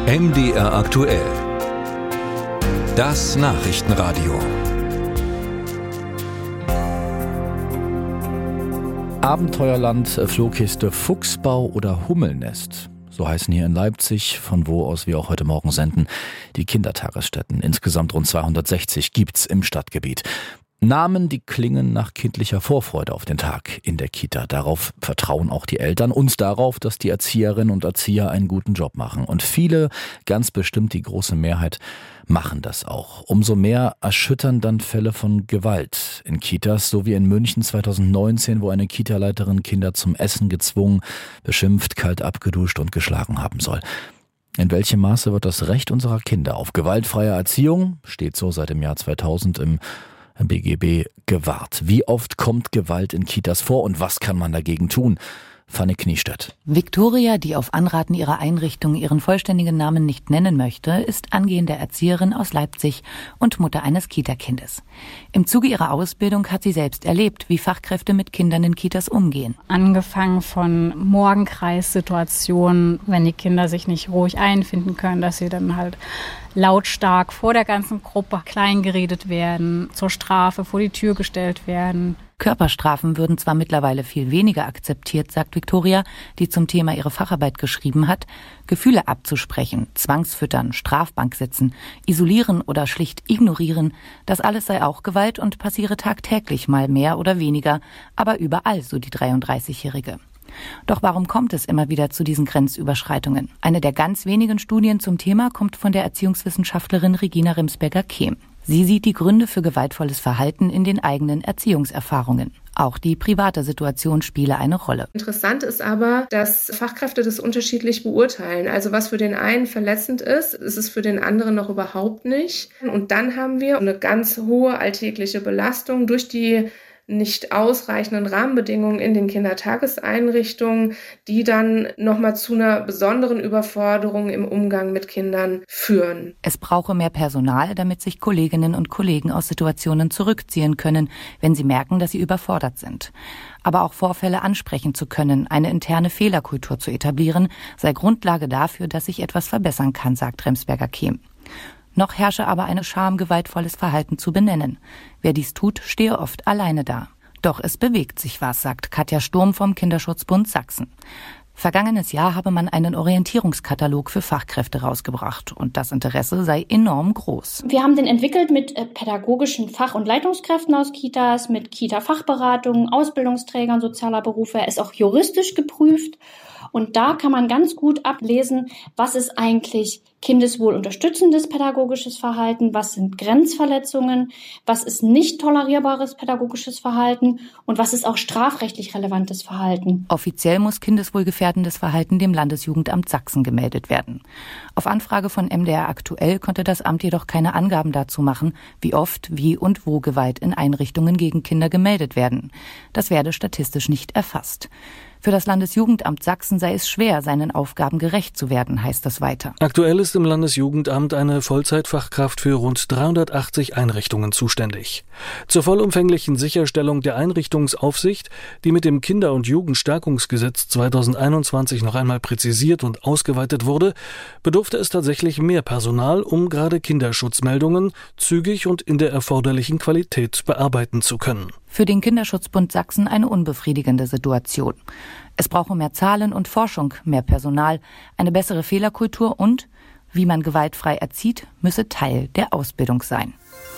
MDR aktuell. Das Nachrichtenradio. Abenteuerland, Flohkiste, Fuchsbau oder Hummelnest. So heißen hier in Leipzig, von wo aus wir auch heute Morgen senden, die Kindertagesstätten. Insgesamt rund 260 gibt's im Stadtgebiet. Namen, die klingen nach kindlicher Vorfreude auf den Tag in der Kita. Darauf vertrauen auch die Eltern und darauf, dass die Erzieherinnen und Erzieher einen guten Job machen. Und viele, ganz bestimmt die große Mehrheit, machen das auch. Umso mehr erschüttern dann Fälle von Gewalt in Kitas, so wie in München 2019, wo eine Kita-Leiterin Kinder zum Essen gezwungen, beschimpft, kalt abgeduscht und geschlagen haben soll. In welchem Maße wird das Recht unserer Kinder auf gewaltfreie Erziehung, steht so seit dem Jahr 2000 im BGB, gewahrt? Wie oft kommt Gewalt in Kitas vor und was kann man dagegen tun? Fanny Kniestedt. Viktoria, die auf Anraten ihrer Einrichtung ihren vollständigen Namen nicht nennen möchte, ist angehende Erzieherin aus Leipzig und Mutter eines Kita-Kindes. Im Zuge ihrer Ausbildung hat sie selbst erlebt, wie Fachkräfte mit Kindern in Kitas umgehen. Angefangen von Morgenkreissituationen, wenn die Kinder sich nicht ruhig einfinden können, dass sie dann halt lautstark vor der ganzen Gruppe kleingeredet werden, zur Strafe vor die Tür gestellt werden. Körperstrafen würden zwar mittlerweile viel weniger akzeptiert, sagt Viktoria, die zum Thema ihre Facharbeit geschrieben hat. Gefühle abzusprechen, Zwangsfüttern, Strafbank sitzen, isolieren oder schlicht ignorieren, das alles sei auch Gewalt und passiere tagtäglich, mal mehr oder weniger, aber überall, so die 33-Jährige. Doch warum kommt es immer wieder zu diesen Grenzüberschreitungen? Eine der ganz wenigen Studien zum Thema kommt von der Erziehungswissenschaftlerin Regina Rimsberger-Kehm. Sie sieht die Gründe für gewaltvolles Verhalten in den eigenen Erziehungserfahrungen. Auch die private Situation spiele eine Rolle. Interessant ist aber, dass Fachkräfte das unterschiedlich beurteilen. Also was für den einen verletzend ist, ist es für den anderen noch überhaupt nicht. Und dann haben wir eine ganz hohe alltägliche Belastung durch die nicht ausreichenden Rahmenbedingungen in den Kindertageseinrichtungen, die dann nochmal zu einer besonderen Überforderung im Umgang mit Kindern führen. Es brauche mehr Personal, damit sich Kolleginnen und Kollegen aus Situationen zurückziehen können, wenn sie merken, dass sie überfordert sind. Aber auch Vorfälle ansprechen zu können, eine interne Fehlerkultur zu etablieren, sei Grundlage dafür, dass sich etwas verbessern kann, sagt Rimsberger-Kehm. Noch herrsche aber eine Scham, gewaltvolles Verhalten zu benennen. Wer dies tut, stehe oft alleine da. Doch es bewegt sich was, sagt Katja Sturm vom Kinderschutzbund Sachsen. Vergangenes Jahr habe man einen Orientierungskatalog für Fachkräfte rausgebracht und das Interesse sei enorm groß. Wir haben den entwickelt mit pädagogischen Fach- und Leitungskräften aus Kitas, mit Kita-Fachberatungen, Ausbildungsträgern sozialer Berufe. Er ist auch juristisch geprüft. Und da kann man ganz gut ablesen, was ist eigentlich kindeswohlunterstützendes pädagogisches Verhalten, was sind Grenzverletzungen, was ist nicht tolerierbares pädagogisches Verhalten und was ist auch strafrechtlich relevantes Verhalten. Offiziell muss kindeswohlgefährdendes Verhalten dem Landesjugendamt Sachsen gemeldet werden. Auf Anfrage von MDR aktuell konnte das Amt jedoch keine Angaben dazu machen, wie oft, wie und wo Gewalt in Einrichtungen gegen Kinder gemeldet werden. Das werde statistisch nicht erfasst. Für das Landesjugendamt Sachsen sei es schwer, seinen Aufgaben gerecht zu werden, heißt es weiter. Aktuell ist im Landesjugendamt eine Vollzeitfachkraft für rund 380 Einrichtungen zuständig. Zur vollumfänglichen Sicherstellung der Einrichtungsaufsicht, die mit dem Kinder- und Jugendstärkungsgesetz 2021 noch einmal präzisiert und ausgeweitet wurde, bedurfte es tatsächlich mehr Personal, um gerade Kinderschutzmeldungen zügig und in der erforderlichen Qualität bearbeiten zu können. Für den Kinderschutzbund Sachsen eine unbefriedigende Situation. Es brauche mehr Zahlen und Forschung, mehr Personal, eine bessere Fehlerkultur und, wie man gewaltfrei erzieht, müsse Teil der Ausbildung sein.